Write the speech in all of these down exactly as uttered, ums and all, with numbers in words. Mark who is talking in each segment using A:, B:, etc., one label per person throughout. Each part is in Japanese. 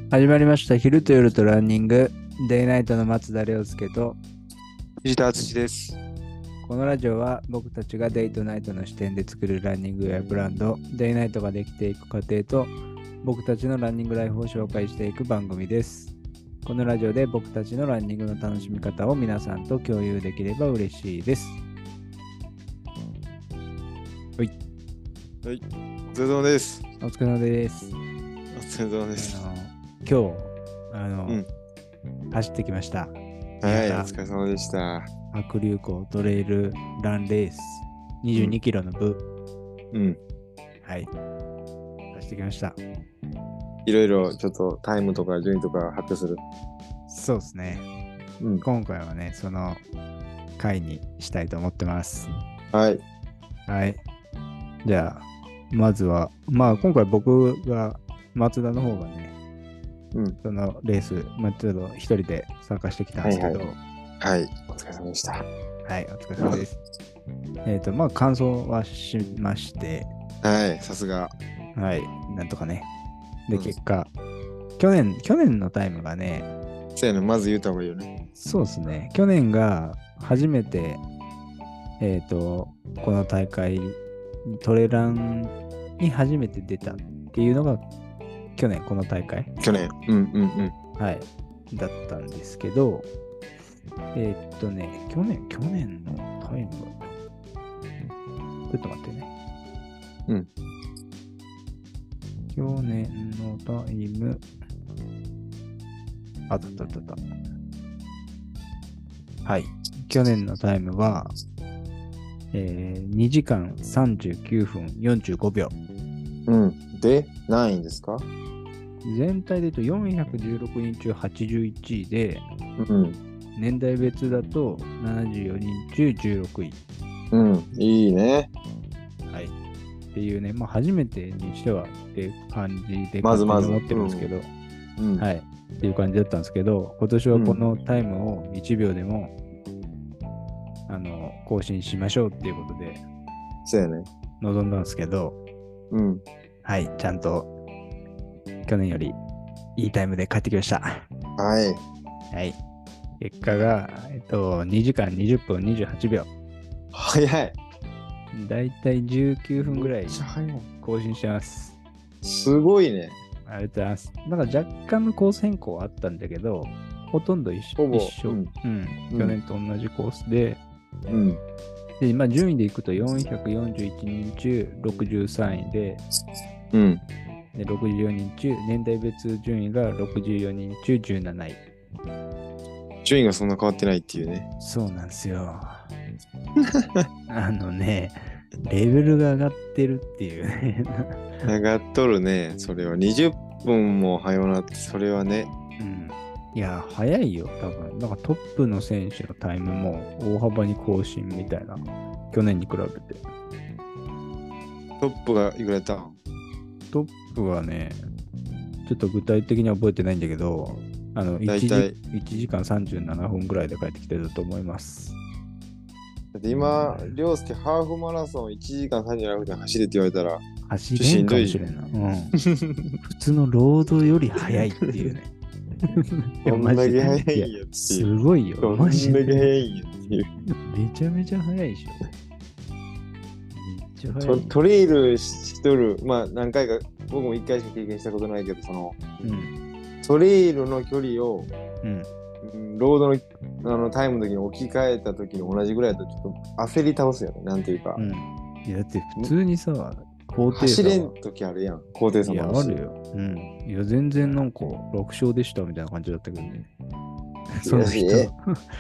A: 始まりました。昼と夜とランニング。デイナイトの松田亮介と、
B: 藤田敦です。
A: このラジオは僕たちがデイとナイトの視点で作るランニングウェアブランド、デイナイトができていく過程と、僕たちのランニングライフを紹介していく番組です。このラジオで僕たちのランニングの楽しみ方を皆さんと共有できれば嬉しいです。はい。
B: はい。お疲れ様です。
A: お疲れ様です。
B: お疲れ様です。
A: あの今日、あの、
B: うん
A: 走ってきました。
B: はい、お
A: 宮
B: 疲れ様でした。
A: 田白竜湖トレイルランレースにじゅうにキロの部、
B: うん。
A: はい、走ってきました。
B: いろいろちょっとタイムとか順位とか発表する。
A: そうですね。
B: うん。
A: 今回はね、その回にしたいと思ってます。
B: はい。
A: はい。じゃあ、まずは、まあ今回僕が、松田の方がね、
B: うん。
A: そのレース、まあ、ちょっと一人で参加してきたんですけど、
B: はいはい。お疲れ様でした。
A: はい、お疲れ様です。えっと、まあ完走はしまして、
B: はい、さすが。
A: はい、なんとかね。で、
B: うん
A: 結果、去年、去年のタイムがね、
B: そうやね、まず言った方がいいよね。
A: そうですね、去年が初めて、えっと、この大会、トレランに初めて出たっていうのが、去年、この大会、
B: 去年。うんうんうん。
A: はい、だったんですけど、えーっとね、去年、去年のタイム、ちょっと待ってね。
B: うん。
A: 去年のタイム、あったあったあったあった。はい。去年のタイムは、えー、にじかんさんじゅうきゅうふんよんじゅうごびょう。
B: うん。で、何位ですか？
A: 全体で言うとよんひゃくじゅうろくにん中はちじゅういちいで、
B: うん。
A: 年代別だとななじゅうよにん中じゅうろくい。
B: うん。いいね。
A: はい。っていうね、まあ初めてにしてはっていう感じで
B: まずまず
A: 勝手に思ってるんですけど、
B: うん。
A: はい。っていう感じだったんですけど、今年はこのタイムをいちびょうでも、あの更新しましょうっていうことで
B: そうやね。
A: 臨んだんですけど、
B: うん。
A: はい、ちゃんと去年よりいいタイムで帰ってきました。
B: はい。
A: はい。結果が、えっと、にじかんにじゅっぷんにじゅうはちびょう。
B: 早い。
A: だいたいじゅうきゅうふんぐらい
B: めっちゃ早い。
A: 更新してます。
B: すごいね。
A: ありがとうございます。なんか若干のコース変更はあったんだけど、ほとんど一緒。
B: ほぼ
A: 一緒、
B: うん
A: うん。去年と同じコースで、
B: うん。
A: で、まあ、順位でいくとよんひゃくよんじゅういちにん中ろくじゅうさんいで、
B: うん。
A: でろくじゅうよにん中、年代別順位がろくじゅうよにん中じゅうなない。
B: 順位がそんな変わってないっていうね。
A: そうなんですよ。あのね、レベルが上がってるっていうね。
B: 上がっとるね。それはにじゅっぷんも早なって、それはね。
A: うん。いや、早いよ、多分。なんかトップの選手のタイムも大幅に更新みたいな。去年に比べて。
B: トップがいくらやったん？
A: トップはね、ちょっと具体的には覚えてないんだけど、あの 1, 時
B: 大体
A: いちじかんさんじゅうななふんぐらいで帰ってきてると思います。
B: だって今、凌介ハーフマラソンいちじかんさんじゅうななふんで走れって言われたら、
A: 走れんかもしれんな。うん、普通のロードより速いっていうね。
B: こんだけ速いんやって
A: いや
B: いう。
A: すごいよ。
B: こんだけ
A: マジで。
B: 速いんやっていう。
A: めちゃめちゃ速いでしょ。めっちゃ速
B: ト
A: い。
B: トレイルしとる、まあ何回か、僕もいっかいしか経験したことないけど、その、
A: うん。
B: トレイルの距離を、
A: うん。
B: うんロードのあのタイムの時に置き換えた時に同じぐらいだとちょっと焦り倒すよね。なんていうか。
A: うん。いや、だって普通にさ、高低差
B: 走れん
A: は
B: 時あるやん。高低差
A: いや、
B: もあるし。
A: あるよ。うん。いや、全然なんか、楽勝でしたみたいな感じだったけどね。その人
B: え。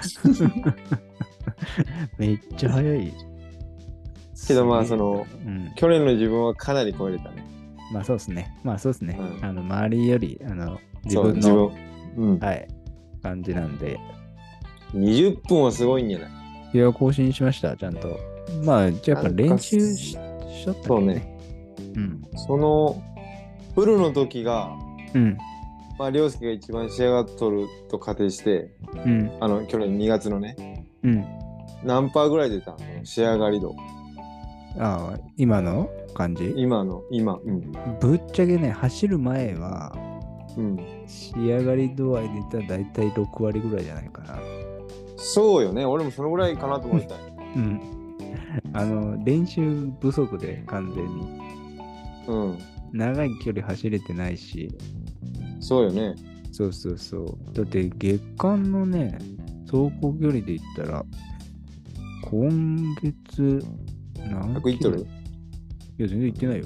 A: めっちゃ速い。
B: けどまあ
A: すげえ
B: その、
A: うん、
B: 去年の自分はかなり超えれたね。
A: まあそうですね。まあそうですね。
B: うん
A: あの、周りより、あの、自
B: そう、
A: 分の、
B: 自分。うん。
A: はい、感じなんで。
B: にじゅっぷんはすごいんじゃない？
A: いや、更新しました、ちゃんと。まあ、じゃあやっぱ練習ししとったけどね。うん。
B: その、フルの時が、
A: うん。
B: まあ、凌介が一番仕上がっとると仮定して、
A: うん。
B: あの、去年にがつのね、
A: うん。
B: 何パーぐらい出たの？その仕上がり度。
A: ああ、今の感じ
B: 今の、今、うん。
A: ぶっちゃけね、走る前は、
B: うん。
A: 仕上がり度合いで言ったら大体ろく割ぐらいじゃないかな。
B: そうよね。俺もそのぐらいかなと思った。
A: うん。あの、練習不足で完全に。
B: うん。
A: 長い距離走れてないし。
B: そうよね。
A: そうそうそう。だって月間のね、走行距離で言ったら、今月、何
B: ひゃくいっとる？
A: いや、全然行ってないよ。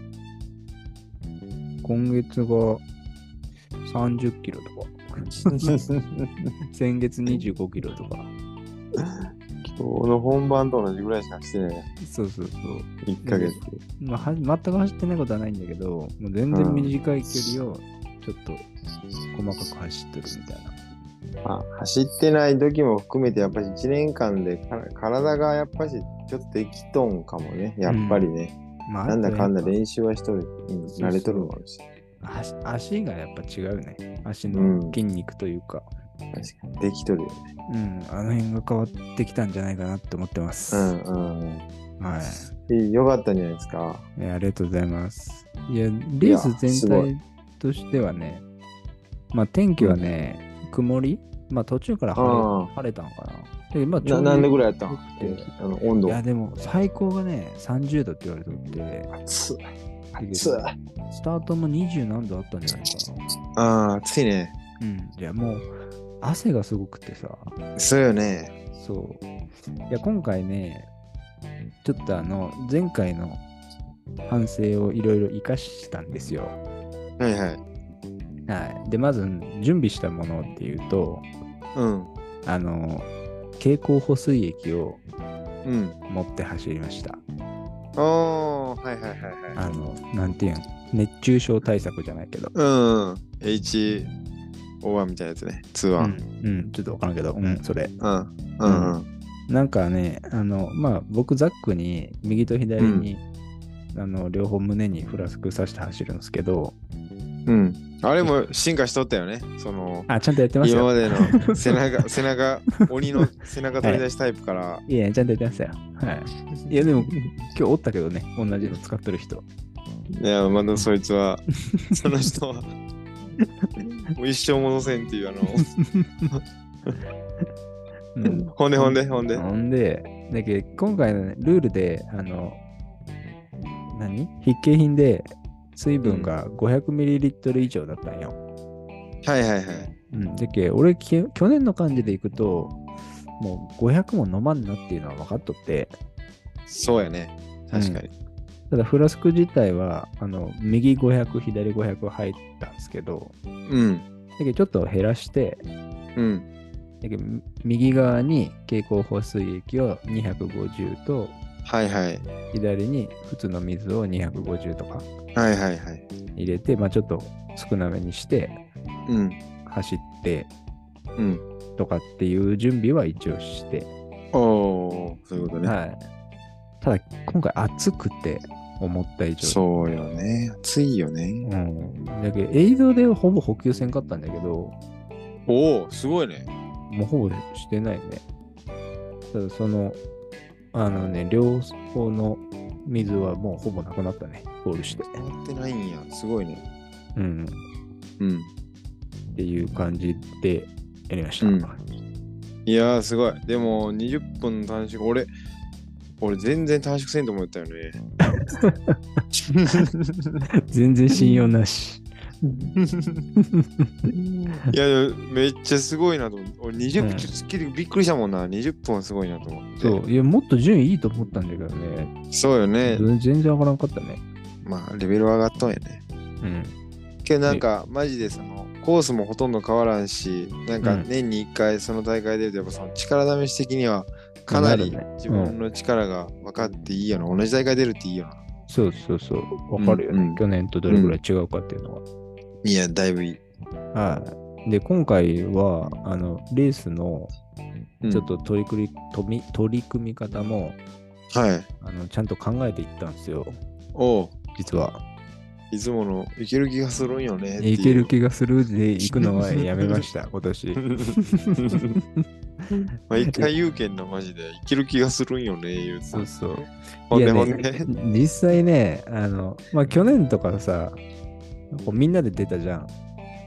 A: 今月がさんじゅっキロとか。先月にじゅうごキロとか。
B: 今日の本番と同じぐらいしかしてない。
A: そうそうそう。
B: いっかげつ。
A: まあ、は全く走ってないことはないんだけど、もう全然短い距離をちょっと細かく走ってるみたいな。
B: まあ、走ってない時も含めてやっぱりいちねんかんでか体がやっぱしちょっとできとんかもね。やっぱりね。
A: うんまあ、
B: なんだかんだ
A: 習
B: 練習はしとる。うん、慣れとるもあるし。
A: 足がやっぱ違うね。足の筋肉というか。
B: うん、確かに。できとるよね。
A: うん、あの辺が変わってきたんじゃないかなって思ってます。
B: うんうん。
A: はい。
B: よかったんじゃないですか。
A: いや、ありがとうございます。いや、レース全体としてはね、まあ天気はね、うん、曇りまあ途中から晴れ晴れたのかな。でまあ、
B: ななんでぐらいやったのあの温度。
A: いや、でも最高がね、さんじゅうどって言われておって。
B: 暑い。暑い。
A: スタートもにじゅう何度あったんじゃないか
B: な。ああ、暑いね。
A: うん。いや、もう、汗がすごくてさ。
B: そうよね。
A: そう。いや、今回ね、ちょっとあの、前回の反省をいろいろ活かしたんですよ。
B: はいはい。
A: はい。で、まず、準備したものっていうと、
B: うん。
A: あの、経口補水液を
B: 持
A: って走りました。
B: ああ、はいはいはいはい。
A: あの、なんていうん、熱中症対策じゃないけど。
B: うん。エイチオーワン みたいなやつね。ツーワン。
A: うん、うん、ちょっとわからんけど、うん、それ。
B: うん。うんうん。
A: なんかね、あの、まあ、僕、ザックに、右と左に、うん、あの、両方胸にフラスク刺して走るんですけど、
B: うん。あれも進化しとったよね。その、
A: あ、ちゃんとやってますよ。
B: 今までの背中、背中、鬼の背中取り出しタイプから。は
A: い、いや、ちゃんとやってましたよ。はい。いや、でも、今日おったけどね、同じの使ってる人。
B: いや、まだそいつは、その人は、もう一生戻せんっていう、あの、うん、ほんでほんでほんで。
A: ほんで、だけど今回の、ね、ルールで、あの、何筆記品で水分が ごひゃくミリリットル 以上だったんよ。
B: はいはいはい。
A: うん。だけど俺、去年の感じでいくと、もうごひゃくも飲まんなっていうのは分かっとって。
B: そうやね。確かに。
A: うん、ただ、フラスク自体は、あの、右ごひゃく、左ごひゃく入ったんですけど、
B: うん。
A: だけどちょっと減らして、
B: うん。
A: だけど右側に経口補水液をにひゃくごじゅうと、
B: はいはい。
A: 左に普通の水をにひゃくごじゅうとか
B: はいはいはい。
A: 入れて、まあちょっと少なめにして、
B: うん。
A: 走って、
B: うん。
A: とかっていう準備は一応して。
B: おー、そういうことね。
A: はい。ただ、今回暑くて、思った以上。
B: そうよね。暑いよね。
A: うん。だけど、映像でほぼ補給せんかったんだけど、
B: おー、すごいね。
A: もうほぼしてないね。ただ、その、あのね、両方の水はもうほぼなくなったね。ゴールして。
B: 変わってないんや。すごいね。
A: うん。
B: うん。
A: っていう感じでやりました。うん、
B: いやー、すごい。でも、にじゅっぷん短縮、俺、俺全然短縮せんと思ったよね。
A: 全然信用なし。
B: いや、めっちゃすごいなと思って。俺にじゅっぷん、うん、びっくりしたもんな。にじゅっぷんはすごいなと思って。
A: そう。いや、もっと順位いいと思ったんだけどね。
B: そうよね。
A: 全然上がらんかったね。
B: まあ、レベル上がったんやね。
A: うん。
B: けどなんか、マジでその、コースもほとんど変わらんし、なんか年にいっかいその大会出ると、やっぱその力試し的には、かなり自分の力が分かっていいよな。同じ大会出るっていいよな。
A: そうそうそう。分かるよね。うん、去年とどれぐらい違うかっていうのは。
B: うん、いや、だいぶいい。
A: はい。で、今回は、あの、レースの、ちょっと取り組み、うん、取り組み方も、
B: はい。
A: あの、ちゃんと考えていったんですよ。
B: おう。
A: 実は。
B: いつもの、いける気がするんよね。
A: いける気がするで行くのはやめました、今年。
B: 毎回言うけんな、マジで。いける気がするんよね、言うて。
A: そうそう。
B: ほんでほんで。
A: 実際ね、あの、まあ、去年とかさ、こうみんなで出たじゃん。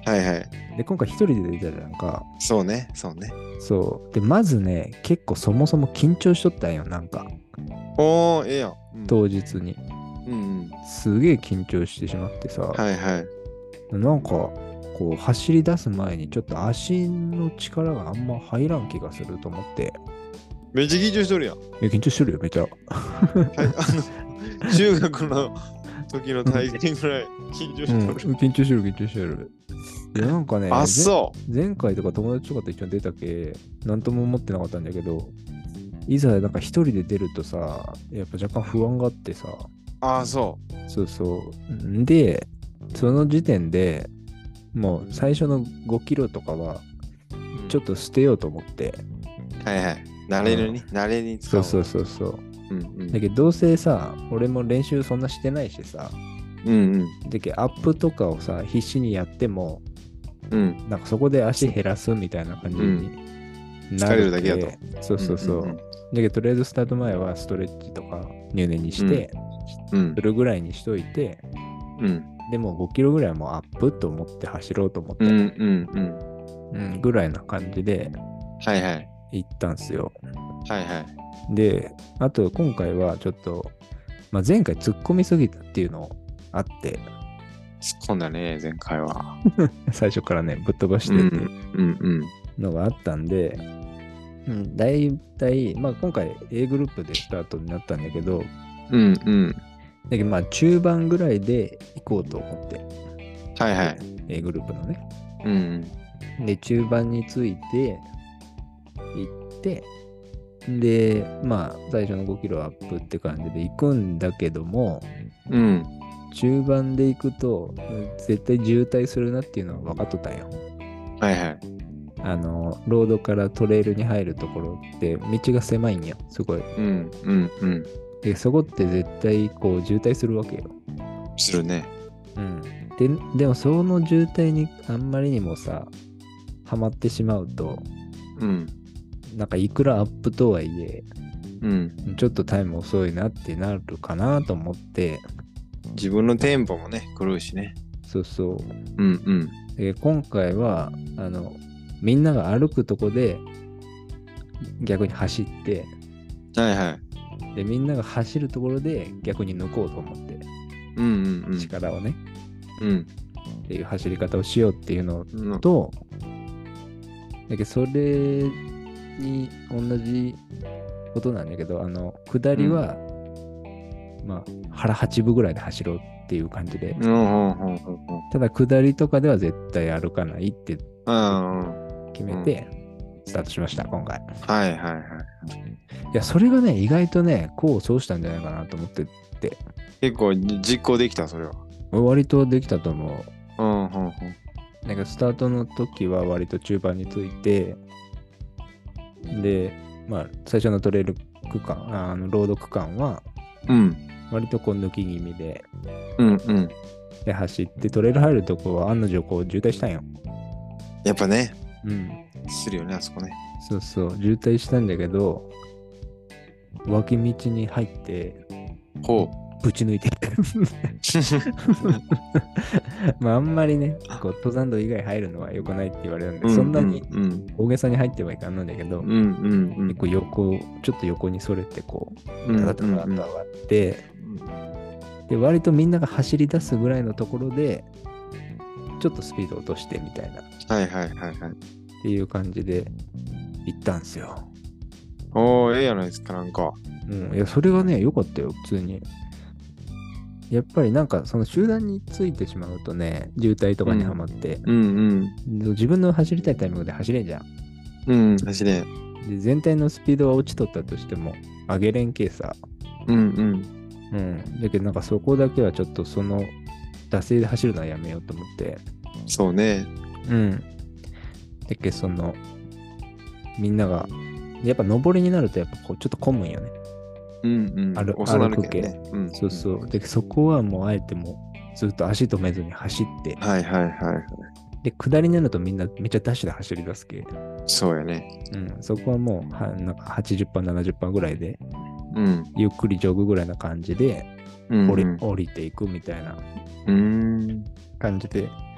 B: はいはい。
A: で、今回一人で出たじゃんか。
B: そうね、そうね。
A: そう。で、まずね、結構そもそも緊張しとったんよ、なんか。
B: おー、ええやん。うん、
A: 当日に。
B: うんうん。
A: すげえ緊張してしまってさ。
B: はいはい。
A: なんか、こう、走り出す前にちょっと足の力があんま入らん気がすると思って。
B: めっちゃ緊張しとるやん。
A: え、緊張してるよ、めちゃ。
B: はい、あの、中学の時の体験ぐらい緊張し
A: うん、
B: とる。
A: 緊張してる、緊張してる。いや、なんかね、
B: あ、
A: ぜ
B: そ
A: 前回とか友達とかと一緒に出たけ、なんとも思ってなかったんだけど、いざなんか一人で出るとさ、やっぱ若干不安があってさ、
B: う。あ、そ
A: そうそう。んで、その時点でもう最初のごキロとかは
B: う。うん、
A: ちょっと捨てようと思って、
B: はいはい。慣れるに、慣れに使
A: そうそう
B: うもんな。
A: そうそう。
B: うんうん。
A: だけどどうせさ、俺も練習そんなしてないしさ、
B: うん
A: だけどアップとかをさ、必死にやっても、
B: うん。うん。
A: なんかそこで足減らすみたいな感じにな
B: 疲れ
A: る
B: るだけだと。
A: け、そうそうそう。
B: うんうんうん
A: だけどとりあえずスタート前はストレッチとか入念にして、
B: うん
A: するぐらいにしといて、
B: うん
A: でもごキロぐらいはもうアップと思って走ろうと思って、
B: うんうんうん
A: うん、ぐらいな感じで
B: はいはい
A: 行ったんすよ。
B: はいはい
A: で、あと今回はちょっと、まあ、前回突っ込みすぎたっていうのあって、
B: 突っ込んだね前回は。
A: 最初からね、ぶっ飛ばし
B: うん
A: てて
B: うんうん
A: のがあったんで、うん、だいたい、まあ今回 A グループでスタートになったんだけど、
B: うんうん
A: だけどまあ中盤ぐらいで行こうと思って、
B: はいはい
A: A グループのね。
B: うん
A: で、中盤について行って、で、まあ最初のごキロアップって感じで行くんだけども、
B: うん
A: 中盤で行くと絶対渋滞するなっていうのは分かっとったんよ。
B: はいはい
A: あの、ロードからトレイルに入るところって道が狭いんよ、すごい。
B: うんうんうん
A: で、そこって絶対こう渋滞するわけよ。
B: するね。
A: うん。で、でもその渋滞にあんまりにもさ、ハマってしまうと、
B: うん
A: なんかいくらアップとはいえ、
B: うん
A: ちょっとタイム遅いなってなるかなと思って、
B: 自分のテンポもね狂うしね。
A: そうそう。
B: うんうん
A: で今回は、あの、みんなが歩くとこで逆に走って、
B: はいはい
A: で、みんなが走るところで逆に抜こうと思って、
B: うんうんうん
A: 力をね、
B: うん
A: っていう走り方をしようっていうの
B: うん
A: と、だけどそれに同じことなんだけど、あの、下りは、まあ、腹はちぶぐらいで走ろうっていう感じで、
B: うんうんうんうん
A: ただ下りとかでは絶対歩かないって
B: うん
A: 決めて、スタートしました、今回。
B: はいはいはい。
A: いや、それがね、意外とね、功を奏したんじゃないかなと思ってて、
B: 結構実行できたそれは。
A: 割とできたと思う。
B: うんうんうん
A: なんかスタートの時は割と中盤について、で、まあ、最初のトレイル区間、あのロード区間は、
B: うん
A: 割とこう抜き気味で、
B: うんうん
A: で走って、トレイル入るとこは案の定こう渋滞したんよ。
B: やっぱね
A: うん。
B: するよねあそこね。
A: そうそう、渋滞したんだけど、脇道に入って、
B: ほ
A: ぶち抜いてまああんまりね、こう登山道以外入るのは良くないって言われるんで、
B: う。
A: そんなに
B: うん
A: 大げさに入ってはいかんのだけど、
B: うんうんうん
A: 結構横、ちょっと横にそれてこう、
B: うん
A: ダダダダッと上がって、で、割とみんなが走り出すぐらいのところで、ちょっとスピード落としてみたいな、っ
B: はいはいはいはい。
A: ていう感じで行ったんですよ。
B: おーええやないですかなんか。
A: うん、いや、それがね、良かったよ、普通に。やっぱりなんか、その集団についてしまうとね、渋滞とかにはまって、
B: うん
A: 自分の走りたいタイミングで走れんじゃん。
B: うんうん走れん。
A: で、全体のスピードは落ちとったとしても、上げれんけさ。
B: うんうん
A: うん。だけどなんかそこだけはちょっとその、惰性で走るのはやめようと思って。
B: そうね。
A: うん。だけどその、みんなが、やっぱ上りになるとやっぱこうちょっと混むんよね。
B: うんうん。
A: 歩
B: 遅なる
A: 歩くけ
B: けどね。うん
A: そうそう。で、そこはもうあえてもうずっと足止めずに走って、
B: はいはいはいはい。
A: で、下りになるとみんなめっちゃダッシュで走り出すけ。
B: そうやね。
A: うん。そこはもうはなんかはちじゅっパーセント、ななじゅっパーセントぐらいで、
B: うん。
A: ゆっくりジョグぐらいな感じで
B: うん
A: 降り、降りていくみたいな
B: うん。
A: 感じで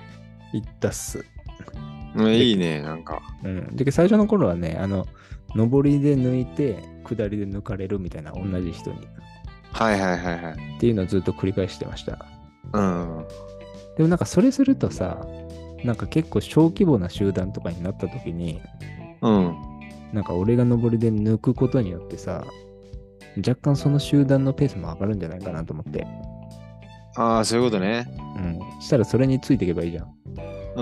A: 行ったっす。
B: うんいいね、なんか。
A: うん。で、最初の頃はね、あの、上りで抜いて、下りで抜かれるみたいな、同じ人に。
B: はいはいはいはい。
A: っていうのをずっと繰り返してました。
B: うん。
A: でもなんかそれするとさ、なんか結構小規模な集団とかになった時に、
B: うん。
A: なんか俺が上りで抜くことによってさ、若干その集団のペースも上がるんじゃないかなと思って。
B: ああ、そういうことね。
A: うん。したらそれについていけばいいじゃん。
B: うん。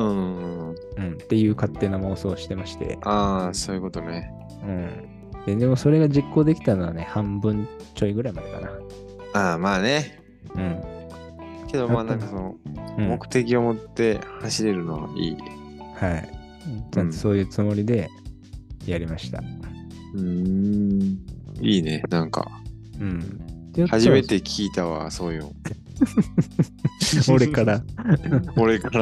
A: うん。っていう勝手な妄想をしてまして。
B: ああ、そういうことね。
A: うん。で、でもそれが実行できたのはね、半分ちょいぐらいまでかな。
B: ああ、まあね。
A: うん。
B: けどまあなんかその、
A: うん、
B: 目的を持って走れるのはいい。
A: はい。ちゃんとそういうつもりでやりました。
B: うーん。いいね、なんか。
A: うん。
B: 初めて聞いたわ、そういうの。
A: 俺から。
B: 俺から。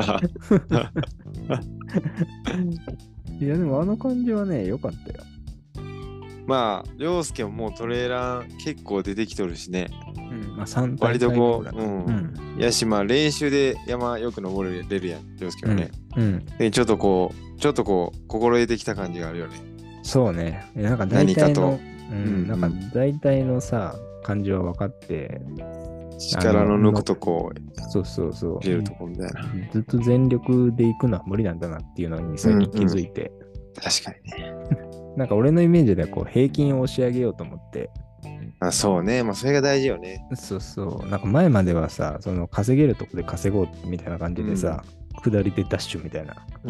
A: いや、でもあの感じはね、良かったよ。
B: まあ、涼介ももうトレーラー結構出てきとるしね。
A: うん。まあ、さん大
B: 割とこう、
A: う
B: うん。
A: うん、
B: やし、まあ練習で山よく登れるやん、涼介はね。
A: うん。うん、
B: で、ちょっとこう、ちょっとこう、心得てきた感じがあるよね。
A: そうね。なんか大体の、うん、
B: うん、
A: なんか大体のさ、感じは分かって、
B: 力の抜くとこ、
A: そうそうそう。
B: 入れるとこみたいな。
A: ずっと全力で行くのは無理なんだなっていうのに最近気づいて。
B: うんうん、確かにね。
A: なんか俺のイメージではこう平均を押し上げようと思って。
B: あ、そうね。まあそれが大事よね。
A: そうそう。なんか前まではさ、その稼げるとこで稼ごうみたいな感じでさ、うん、下りでダッシュみたいな。
B: うん。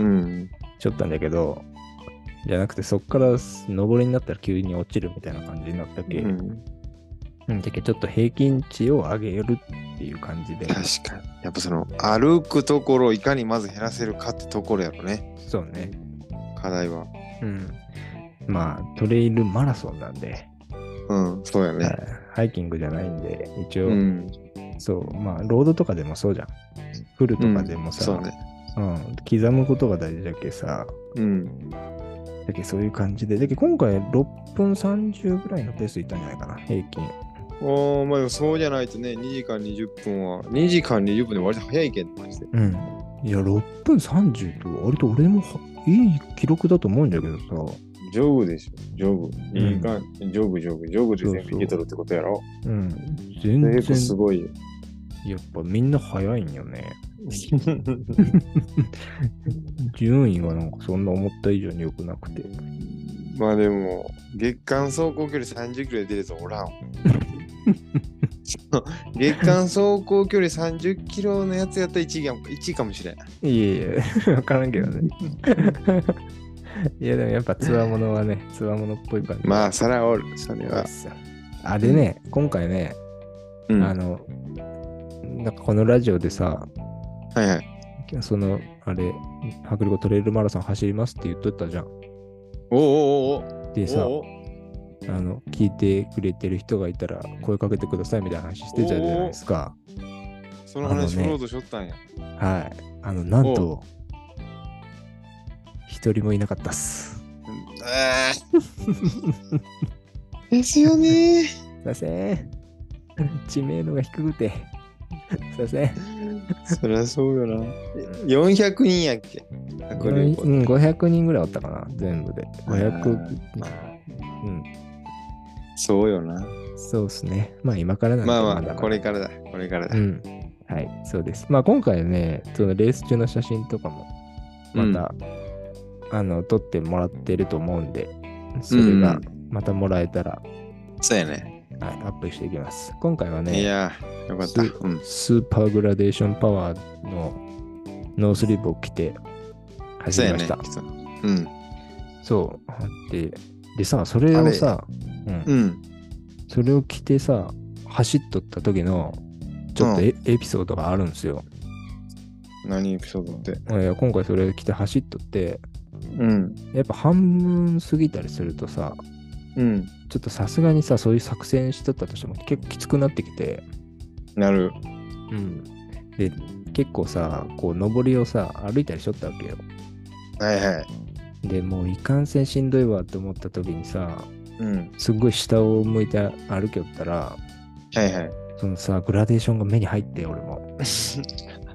A: しょったんだけど、じゃなくてそっから上りになったら急に落ちるみたいな感じになったけ。うん。うん、だけどちょっと平均値を上げるっていう感じで。
B: 確かに。やっぱその歩くところをいかにまず減らせるかってところやろね。
A: そうね。
B: 課題は。
A: うん。まあトレイルマラソンなんで。
B: うん、そうやね。
A: ハイキングじゃないんで、一応、
B: うん、
A: そう、まあ、ロードとかでもそうじゃん。フルとかでもさ、
B: うん、そうね。
A: うん、刻むことが大事だけさ、
B: うん。
A: だけそういう感じで、だけ今回ろっぷんさんじゅうぐらいのペースいったんじゃないかな、平均。
B: おー、まあそうじゃないとね、にじかんにじゅっぷんは、にじかんにじゅっぷんで割と早いけん、マジで。
A: うん。いや、ろっぷんさんじゅうと割と俺もいい記録だと思うんだけどさ。
B: ジョグでしょ、ジョグ。いいか、うん、ジョグ、ジョグ、ジョグで全部いけとるってことやろ。
A: そうそううん。全然。
B: 結構すごいよ。
A: やっぱみんな早いんよね。順位がなんかそんな思った以上に良くなくて。
B: まあでも、月間走行距離さんじゅっキロで出るぞ、おらん。月間走行距離さんじゅっキロのやつやったらいちいかも、いちいかもしれん。
A: いえいえ、わからんけどね。いやでもやっぱつわものはね、つわものっぽい感じ。
B: まあ、それはおる、それは。
A: あ、でね、うん、今回ね、
B: うん、
A: あの、なんかこのラジオでさ、
B: はいはい。
A: その、あれ、迫力トレイルマラソン走りますって言っとったじゃん。
B: おおおお
A: でさ、おあの、聞いてくれてる人がいたら声かけてくださいみたいな話してたじゃないですか。
B: その話、ね、ロードしょったんや。
A: はい。あの、なんと、一人もいなかったっす。
B: あですよねー。
A: すいません。知名度が低くて。すいません。
B: そりゃそうよな。よんひゃくにんやっけ？
A: うん、ごひゃくにんぐらいおったかな、全部で。ごひゃく、うん。
B: そうよな。
A: そうっすね。まあ今からなんで。
B: まあまあ、まあ、これからだ。これからだ。
A: うん。はい、そうです。まあ今回ね、そのレース中の写真とかも、また、うん、あの、撮ってもらってると思うんで、それがまたもらえたら、
B: うん、そうやね。
A: はい、アップしていきます。今回はね、
B: いやー、よかった。
A: ス,、うん、スーパーグラデーションパワーのノースリーブを着て走りました。
B: そうやね。うん。
A: そう。で、でさ、それをさ、うん、うん。それを着てさ、走っとった時の、ちょっとエ,、うん、エピソードがあるんですよ。
B: 何エピソードって？
A: いや、今回それを着て走っとって、
B: うん。
A: やっぱ半分過ぎたりするとさ、
B: うん。
A: ちょっとさすがにさ、そういう作戦しとったとしても結構きつくなってきて。
B: なる。
A: うん。で、結構さ、こう、上りをさ、歩いたりしとったわけよ。
B: はいはい。
A: で、もういかんせんしんどいわと思った時にさ、
B: うん。
A: すっごい下を向いて歩きよったら、
B: はいはい。
A: そのさ、グラデーションが目に入って、俺も。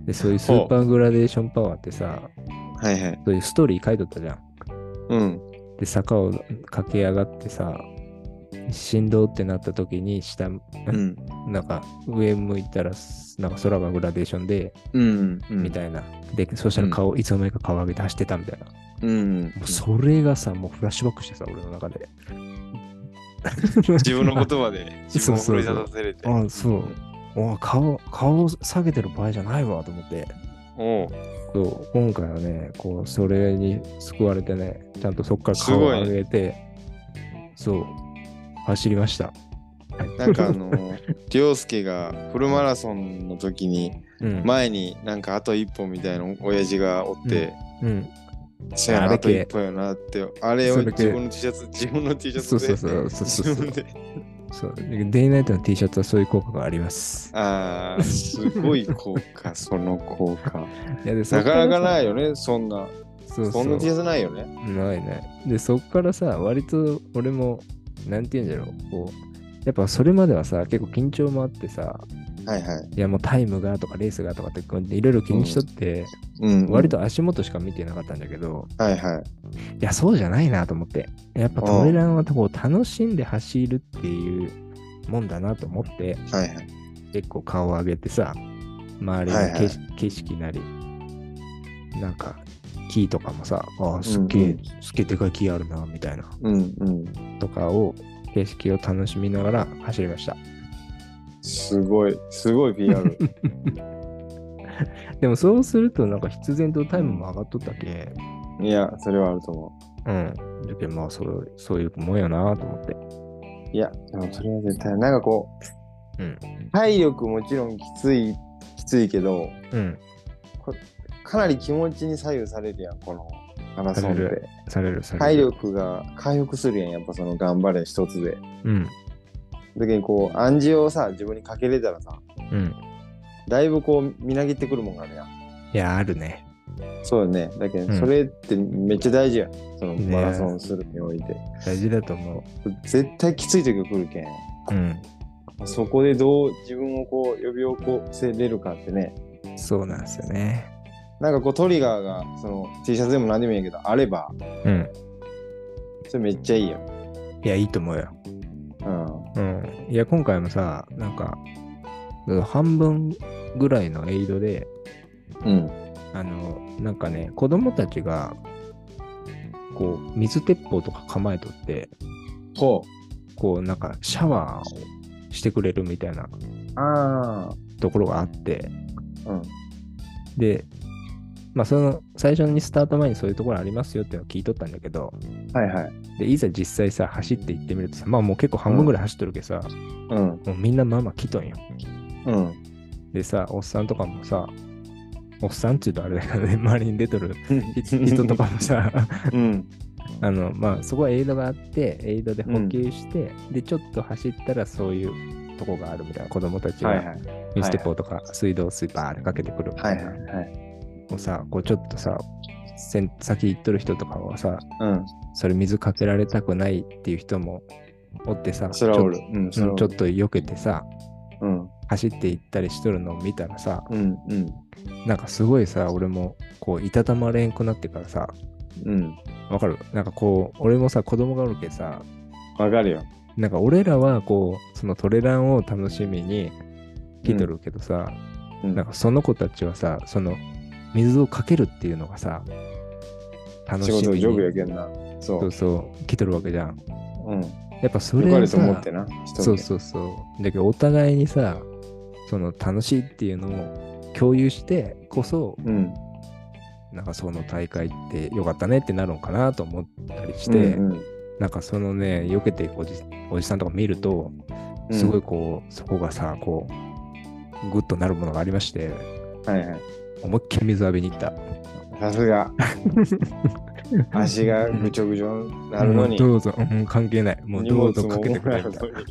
A: で、そういうスーパーグラデーションパワーってさ、
B: はいはい。
A: そういうストーリー書いとったじゃん。
B: うん。
A: で、坂を駆け上がってさ、振動ってなった時に下、ん
B: うん。
A: なんか上向いたら、なんか空がグラデーションで、
B: うん。うん。
A: みたいな。で、そしたら顔、いつの間にか顔上げて走ってたみたいな。
B: うん。
A: もうそれがさ、もうフラッシュバックしてさ、俺の中で。
B: 自分の言葉で自分を奮い立たせれて。
A: あ、そう。お顔、顔を下げてる場合じゃないわと思って。
B: おう。
A: そう、今回はね、こう、それに救われてね、ちゃんとそこから顔を上げて、そう、走りました。
B: なんかあの凌介がフルマラソンの時に、うん、前になんかあと一歩みたいな親父がおって、うんうん、そうやな、あと一歩やなって、あれを自分の T シャツ、自分の T シャツで、
A: そうそうそうそうそうそうそう、デイナイトの T シャツはそういう効果があります。
B: ああ、すごい効果、その効果。いやでなかなかないよね、そんな。そうそう、そんな T シャツないよね。
A: ないね。で、そっからさ、割と俺も、なんて言うんだろう、こう、やっぱそれまではさ、結構緊張もあってさ、
B: はいはい。
A: いやもうタイムがとかレースがとかっていろいろ気にしとって、うんうん、割と足元しか見てなかったんだけど、
B: はいはい。
A: いや、そうじゃないなと思って。やっぱトレランはこう楽しんで走るっていうもんだなと思って、
B: はいはい、
A: 結構顔を上げてさ、周りの景,、はいはい、景色なり、なんか木とかもさ、ああ、すっげえ、うんうん、すっげえでかい木あるな、みたいな、
B: うんうん、
A: とかを、景色を楽しみながら走りました。
B: すごい、すごい ピーアール。
A: でもそうするとなんか必然とタイムも上がっとったけ。
B: いや、それはあると思
A: う。うん。だけどまあそう、そういうもんやなと思って。
B: いや、でもそれは絶対、なんかこう、うん、体力もちろんきつい、きついけど、うん、こかなり気持ちに左右されるやん、このマラソンって。
A: される、される。
B: 体力が回復するやん、やっぱその頑張れ一つで。うん。だけどこう、暗示をさ、自分にかけれたらさ、うん。だいぶこう、みなぎってくるもんがあるやん。
A: いや、あるね。
B: そうよね。だけど、それってめっちゃ大事やん。そのマラソンするにおいて。
A: 大事だと思う。
B: 絶対きつい時が来るけん。うん。そこでどう自分をこう、呼び起こせれるかってね。
A: そうなんですよね。
B: なんかこう、トリガーが、その T シャツでも何でもいいけど、あれば、うん。それめっちゃいいよ。
A: いや、いいと思うよ。うん。うん。いや、今回もさ、なんか、半分ぐらいのエイドで、うん。あの、なんかね、子供たちが、こう、水鉄砲とか構えとって、ほう。こう、なんか、シャワーをしてくれるみたいな、あところがあって、うん。で、まあ、その、最初にスタート前にそういうところありますよっていうのを聞いとったんだけど、はいはい。で、いざ実際さ、走って行ってみるとさ、まあもう結構半分ぐらい走っとるけどさ、うん。もうみんなまあまあ来とんよ。うん。でさ、おっさんとかもさ、おっさんって言うとあれだけどね、周りに出とる人とかもさ、うん、あの、まあ、そこはエイドがあって、エイドで補給して、うん、で、ちょっと走ったらそういうとこがあるみたいな、子供たちが水鉄砲とか水道水バーってかけてくるみたいな。はいはいはい。もうさ、こうちょっとさ、先行っとる人とかはさ、うん、それ水かけられたくないっていう人もおってさ、ちょ, うん、ちょっと避けてさ、うん、走っていったりしとるのを見たらさ、うんうん、なんかすごいさ、俺もこういたたまれんくなってからさ、うん、わかる？なんかこう、俺もさ、子供がおるけさ、
B: わかるよ。
A: なんか俺らはこう、そのトレランを楽しみに来とるけどさ、うん、なんかその子たちはさ、その水をかけるっていうのがさ、
B: 楽しみに。仕事ジョブやけんな。
A: そう。そうそう、来とるわけじゃん。うん。やっぱそれ
B: はさ、ってな
A: そうそうそう。だけどお互いにさ、その楽しいっていうのを共有してこそ、うん、なんかその大会ってよかったねってなるのかなと思ったりして、うんうん、なんかそのね、避けていくおじ、おじさんとか見ると、すごいこう、うん、そこがさ、こう、グッとなるものがありまして、はいはい、思いっきり水浴びに行った。
B: さすが。足がぐちょぐちょになるのに。
A: どうぞ、うん、関係ない。もうどうぞかけてくれた。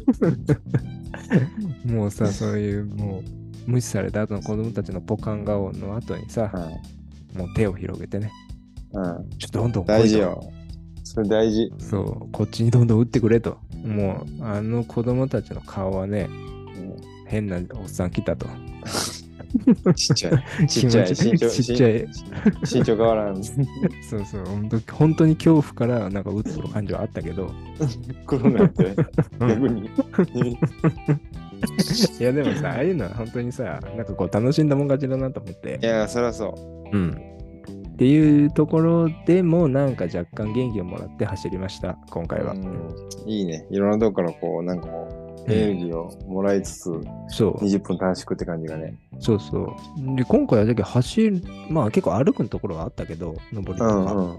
A: もうさ、そういう、もう、無視された後の子供たちのポカン顔の後にさ、うん、もう手を広げてね。うん。ちょっとどんどん
B: 大事よ。それ大事。
A: そう、こっちにどんどん打ってくれと。もう、あの子供たちの顔はね、うん、変なおっさん来たと。
B: ちっちゃい。ちっちゃい。身長、
A: ちっちゃい。
B: 身長変わらん。
A: そうそう、本当本当に恐怖からなんかうつの感情はあったけど。
B: コロナって逆に。
A: いやでもさ、ああいうのは本当にさ、なんかこう楽しんだもん勝ちだなと思って。
B: いや、そりゃそう。
A: うん。っていうところでもなんか若干元気をもらって走りました、今回は。
B: うん、いいね。いろんなとこからこう、なんかこう、エネルギーをもらいつつ、
A: そう
B: にじゅっぷん短縮って感じがね。
A: そうそう。で、今回はだけ走る、まあ結構歩くところはあったけど、登りとか。
B: うんうん。
A: うん。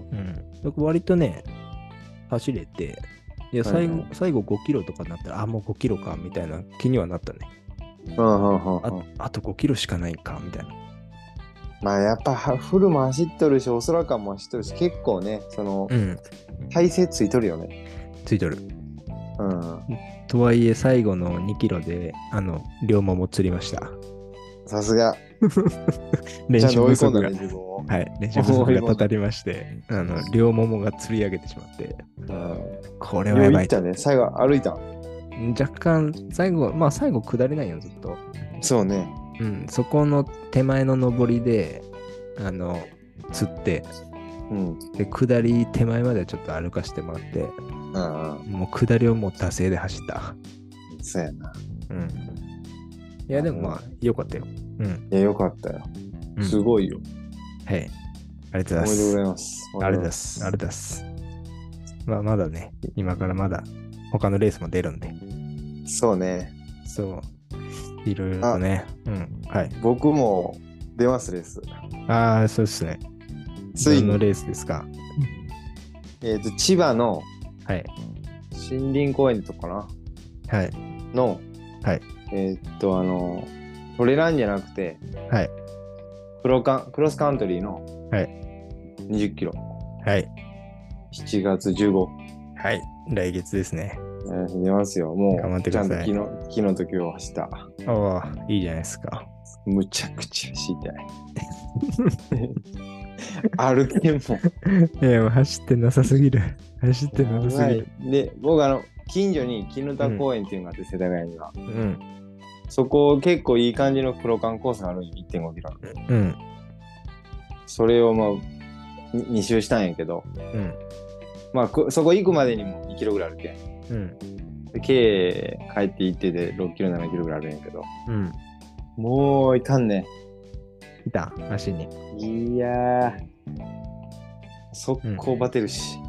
A: 割とね、走れて、いや、最後、はいはい、最後ごキロとかになったら、あ、もうごキロか、みたいな気にはなったね。
B: うんうんうん、
A: あ, あとごキロしかないか、みたいな。
B: まあやっぱフルも走っとるし、おそらくも走っとるし、結構ね、その、うん、体勢ついとるよね。
A: ついとる。
B: うん。
A: とはいえ、最後のにキロで、あの、両もも釣りました。
B: さすが。
A: 練習不足が、ね、はい、練習不足がたたりまして、あの、両ももが釣り上げてしまって、うん、これはやばい。
B: 行ったね、最後歩いた。
A: 若干、最後、まあ最後下れないよ、ずっと。
B: そうね。
A: うん、そこの手前の上りで、あの、釣って、うん、で、下り手前までちょっと歩かせてもらって、うん、もう下りをもう惰性で走った。
B: そうやな。
A: うん。いや、でもまあ、よかったよ。うん。
B: いや、よかったよ。すごいよ。
A: うん、はい。ありがとうございます。
B: おめでとうございます。
A: ありがとうございます。ありがとうございます。まあ、まだね、今からまだ他のレースも出るんで。
B: そうね。
A: そう。いろいろとね。うん。はい。
B: 僕も出ますレース。
A: ああ、そうですね。ついのレースですか。
B: えっと、千葉の、
A: はい。
B: 森林公園とかな。
A: はい。
B: の、
A: はい。
B: えっと、あの、トレランじゃなくて、
A: はい。
B: クロカン、クロスカントリーの、
A: はい。
B: にじゅっキロ。
A: はい。
B: しちがつじゅうご。
A: はい。来月ですね。
B: 出ますよ。もう、
A: 頑張ってください。
B: ちゃんと昨日、昨日と今日走った。
A: ああ、いいじゃないですか。
B: むちゃくちゃ走りたい。歩けんもん。
A: いや、もう走ってなさすぎる。走ってなさすぎる。
B: で、僕、あの、近所に絹田公園っていうのがあって、うん、世田谷には。
A: うん。
B: そこ、結構いい感じの黒缶コースがあるんよ、いってんごキロ。
A: うん。
B: それを、まあ、に周したんやけど、
A: うん。
B: まあ、そこ行くまでにもにキロぐらいあるけん。
A: うん。
B: で、計帰って行ってでろっキロ、ななキロぐらいあるんやけど、
A: うん。
B: もういかんね。
A: いた足に。
B: いやー、速攻バテるし。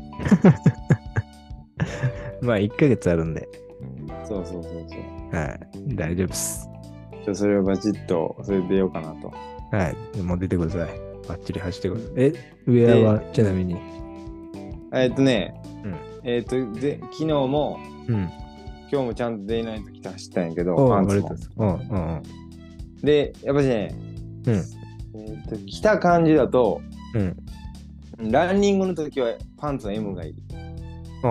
A: うん、まあ、いっかげつあるんで。
B: そうそうそうそう。
A: はい。大丈夫っす。
B: じゃあ、それをバチッと、それで出ようかなと。
A: はい。もう出てください。バッチリ走ってください。え、ウェアはちなみに。
B: えっとね、
A: うん、
B: えっと、で、昨日も、
A: うん、
B: 今日もちゃんとデイナイト来て走ったんやけど、
A: パンツも。うんうんうん、
B: で、やっぱりね、
A: うん、
B: えー、と来た感じだと、
A: うん、
B: ランニングの時はパンツは エム がいい。
A: うん、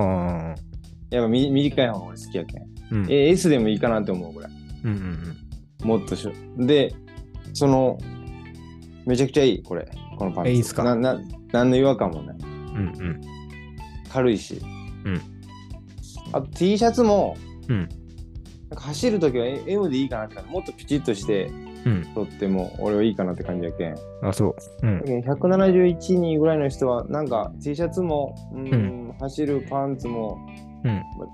B: やっぱみ短い方が俺好きやけん。うん、え エス でもいいかなって思うぐらい。
A: うんうんうん、
B: もっとしょ。で、その、めちゃくちゃいい、これ。このパンツ。
A: いいっすか？
B: な、な、なんの違和感もない。
A: うんうん。
B: 軽いし。
A: うん。
B: あと T シャツも、
A: うん。
B: なんか走るときは エム でいいかなって、もっとピチッとして、うん、とっても俺はいいかなって感じやけん。
A: あ、そう。うん。
B: ひゃくななじゅういちにんぐらいの人は、なんか T シャツも、うん、うん、走るパンツも、うん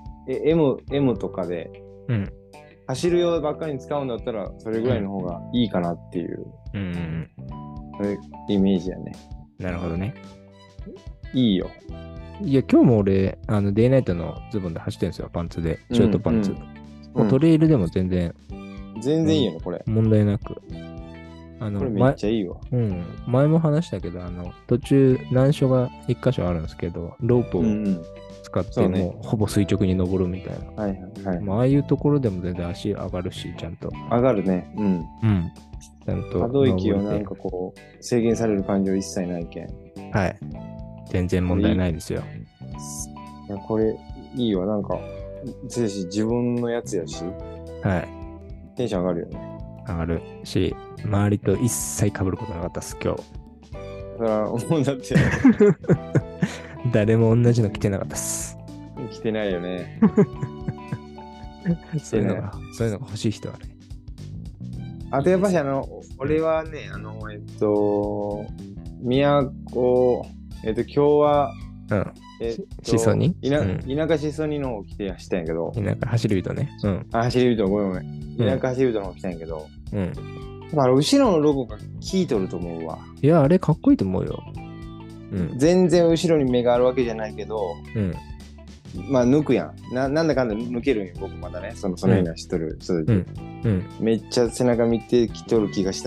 B: 、M、M とかで、うん、走る用ばっかりに使うんだったら、それぐらいの方がいいかなっていう、うんうんうん、そういうイメージやね。
A: なるほどね。
B: いいよ。
A: いや、今日も俺、あの、デイナイトのズボンで走ってるんですよ、パンツで。ショートパンツ。うんうん、もうトレイルでも全然。
B: 全然いいよね、これ。
A: 問題なく。あの、
B: これめっちゃいいわ。
A: うん。前も話したけど、あの、途中、難所が一箇所あるんですけど、ロープを使って、もうほぼ垂直に登るみたいな。
B: はいはいはい。
A: まあ、ああいうところでも全然足上がるし、ちゃんと。
B: 上がるね。うん。うん。
A: ちゃんと。
B: 可動域をなんかこう、制限される感情一切ないけん。
A: はい。全然問題ないですよ。
B: いや、これ、いいわ。なんか、自分のやつやし。
A: はい。
B: テンション上がるよね。
A: 上がるし、周りと一切被ることなかったっす、今日。
B: だから、もうだって。
A: 誰も同じの着てなかったっす。
B: 着てないよね。
A: そういうのが、そういうのが欲しい人はね。
B: あとやっぱしあの、俺はね、あの、えっと、都、えっと、今日は、
A: うん。
B: えっと、
A: しそに
B: いな、
A: うん
B: 田舎しそにの方来て走ったんやけど、
A: 田舎走る人ね。うん。
B: あ、走り人、ごめんごめん。
A: うん
B: 田舎走り人の方来たんやけど、
A: うん。
B: だから後ろのロゴが効いとると思うわ。
A: いや、あれかっこいいと思うよ。うん。
B: 全然後ろに目があるわけじゃないけど、
A: うん。
B: まあ抜くやん。ななんだかんだ抜けるんよ、僕まだね。そのその辺が知っとる人たち、
A: うん。うん。
B: めっちゃ背中見てきとる気がした。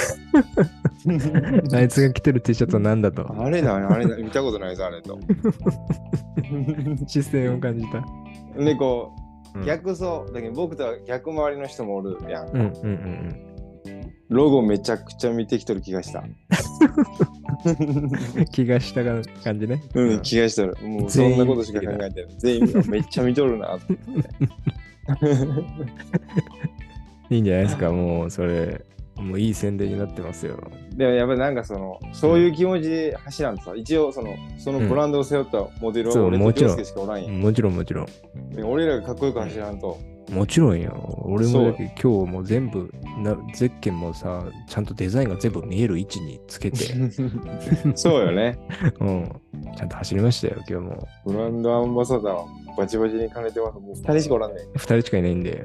A: あいつが着てる T シャツは何だと。
B: あれな、あれな、見たことないぞ、あれと。
A: 視線を感じた。
B: で、こう、
A: うん
B: 逆走、だけど僕とは逆回りの人もおるやん。
A: うんうんうん
B: ロゴめちゃくちゃ見てきとる気がした。
A: うん。気がした感じね。
B: うん、気がしとる。もうそんなことしか考えてない。全員がめっちゃ見とるなと思って。
A: いいんじゃないですか、もうそれ。もういい宣伝になってますよ。
B: でもやっぱりなんかその、そういう気持ちで走らんとさ、一応その、そのブランドを背負ったモデル
A: そう
B: は俺
A: もちろん
B: と凌介しかおらんやん。
A: もちろんもちろん。
B: で俺らがかっこよく走らんと。
A: もちろんよ。俺
B: そう
A: もだけ今日も全部な、ゼッケンもさ、ちゃんとデザインが全部見える位置につけて、
B: そうよね。
A: うん。ちゃんと走りましたよ、今日も。
B: ブランドアンバサダーはバチバチに兼ねてます。もうふたりしかおらんねん。
A: 二人しかいないんだよ。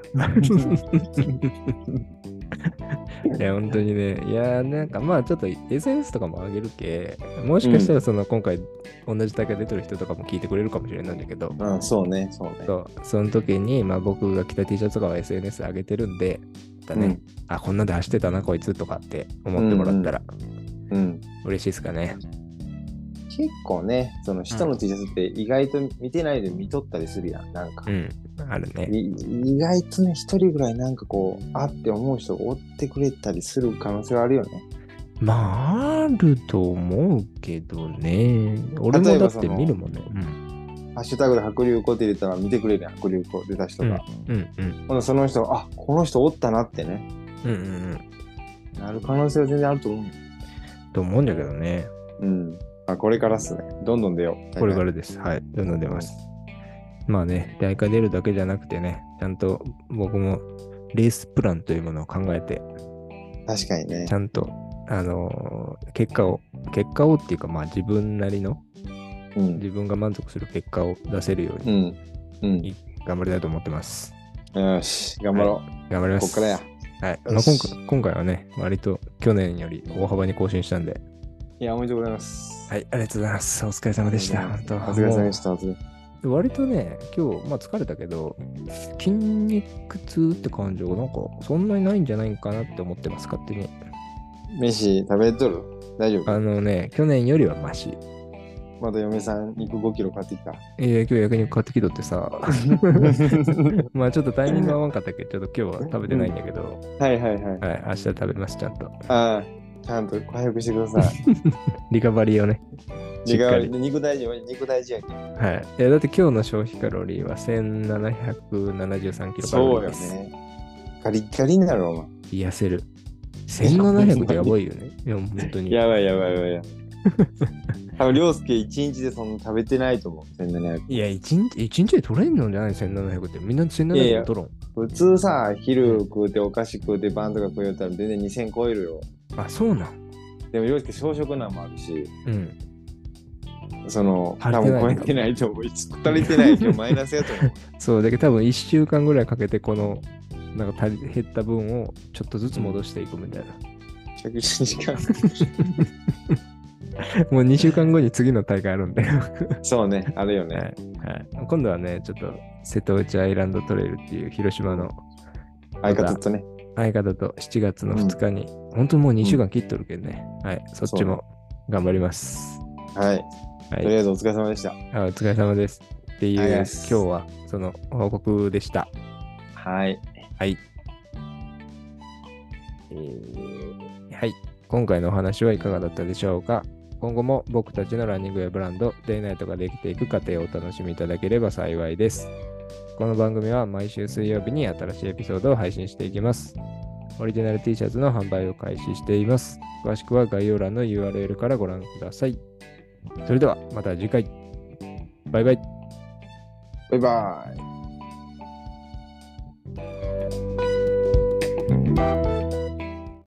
A: いや、本当にね。いや、なんかまあちょっと エスエヌエス とかも上げるけ、もしかしたらその今回同じ大会出てる人とかも聞いてくれるかもしれないんだけど、
B: うん、そうね、そうね。
A: そうその時に、まあ、僕が着た T シャツとかは エスエヌエス 上げてるんで、だね、
B: うん
A: あ、こんなんで走ってたな、こいつとかって思ってもらったら
B: うん。
A: 嬉しいですかね。
B: 結構ね、その人の T シャツって意外と見てないで見とったりするやん、なんか。
A: うん、あるね。
B: い意外とね、一人ぐらいなんかこう、あって思う人が追ってくれたりする可能性はあるよね。
A: まあ、あると思うけどね。俺もだって見るもんね。
B: ハッシュタグで白龍子って入れたら見てくれるやん、白龍子出た人
A: うん、
B: が。
A: うん、うん、
B: ほんでその人、あ、この人おったなってね、
A: うん、うん、うん。
B: なる可能性は全然あると思うよ。
A: と思うんだけどね。
B: うん。あ、これからっすね。どんどん出よう。
A: これからです。はい。どんどん出ます。まあね、大会出るだけじゃなくてね、ちゃんと僕もレースプランというものを考えて、
B: 確かにね
A: ち。ゃんと、あのー結果を、結果をっていうか、まあ自分なりの、
B: うん。
A: 自分が満足する結果を出せるよう
B: う
A: に
B: ん。うん。
A: 頑張りたいと思ってます。
B: よし、頑張ろう。
A: 頑張ります。
B: こっからや。
A: はい。まあ、
B: よし
A: 今回今回はね、割と去年より大幅に更新したんで、
B: いや、おめでとうございます。
A: はい、ありがとうございます。お疲れ様でした。本当
B: お疲れ様でした。お疲れ
A: 割とね、今日、まあ疲れたけど、筋肉痛って感情がなんかそんなにないんじゃないかなって思ってます、勝手に。
B: 飯食べとる大丈夫
A: あのね、去年よりはマシ。
B: まだ嫁さん肉ごキロ買ってきた。
A: いや、今日焼肉買ってきとってさ、まあちょっとタイミング合わんかったけど、ちょっと今日は食べてないんだけど、
B: はいはいはい。
A: はい、明日食べます、ちゃんと。
B: ああ、ちゃんと回復してください。
A: リカバリーをね。しっかり。
B: 肉大事、肉大事やけど。
A: はい。いや、だって今日の消費カロリーはせんななひゃくななじゅうさんキロカロリーです。
B: そうよね。ガリッガリになるお前。
A: 癒せる。せんななひゃくってやばいよね。いや、本当に。
B: やばいやばいやばいやばい。多分、りょうすけ一日でそんな食べてないと思う。せんななひゃく。
A: いや、一日、一日で取れんのじゃない ?せんななひゃく って。みんなせんななひゃく取ろん。
B: 普通さ、昼食うてお菓子食うてパンとか食うよったら全然にせん超えるよ。
A: あ、そうなん。
B: でも、りょうすけ小食なんもあるし、
A: うん。
B: その、
A: 足りてない
B: 多分超えてないと思う。足りてない。今日マイナスやと思う。
A: そう、だけど多分いっしゅうかんぐらいかけて、この、なんか足り減った分をちょっとずつ戻していくみたいな。
B: 着地時間。
A: もうにしゅうかんごに次の大会あるんで。
B: そうね、あるよね。
A: はいはい、今度はね、ちょっと瀬戸内アイランドトレイルっていう広島の
B: 相方とね。
A: 相方としちがつのふつかに、うん、本当にもうにしゅうかん切っとるけどね、うん、はい、そっちも頑張ります。
B: はい。はい、とりあえずお疲れ様でした。
A: あ、お疲れ様です。っていう、今日はその報告でした。
B: はい。
A: はい。えー、はい。今回のお話はいかがだったでしょうか。今後も僕たちのランニングやブランド、デイナイトができていく過程をお楽しみいただければ幸いです。この番組は毎週水曜日に新しいエピソードを配信していきます。オリジナル T シャツの販売を開始しています。詳しくは概要欄の ユーアールエル からご覧ください。それではまた次回。バイバイ。
B: バイバイ。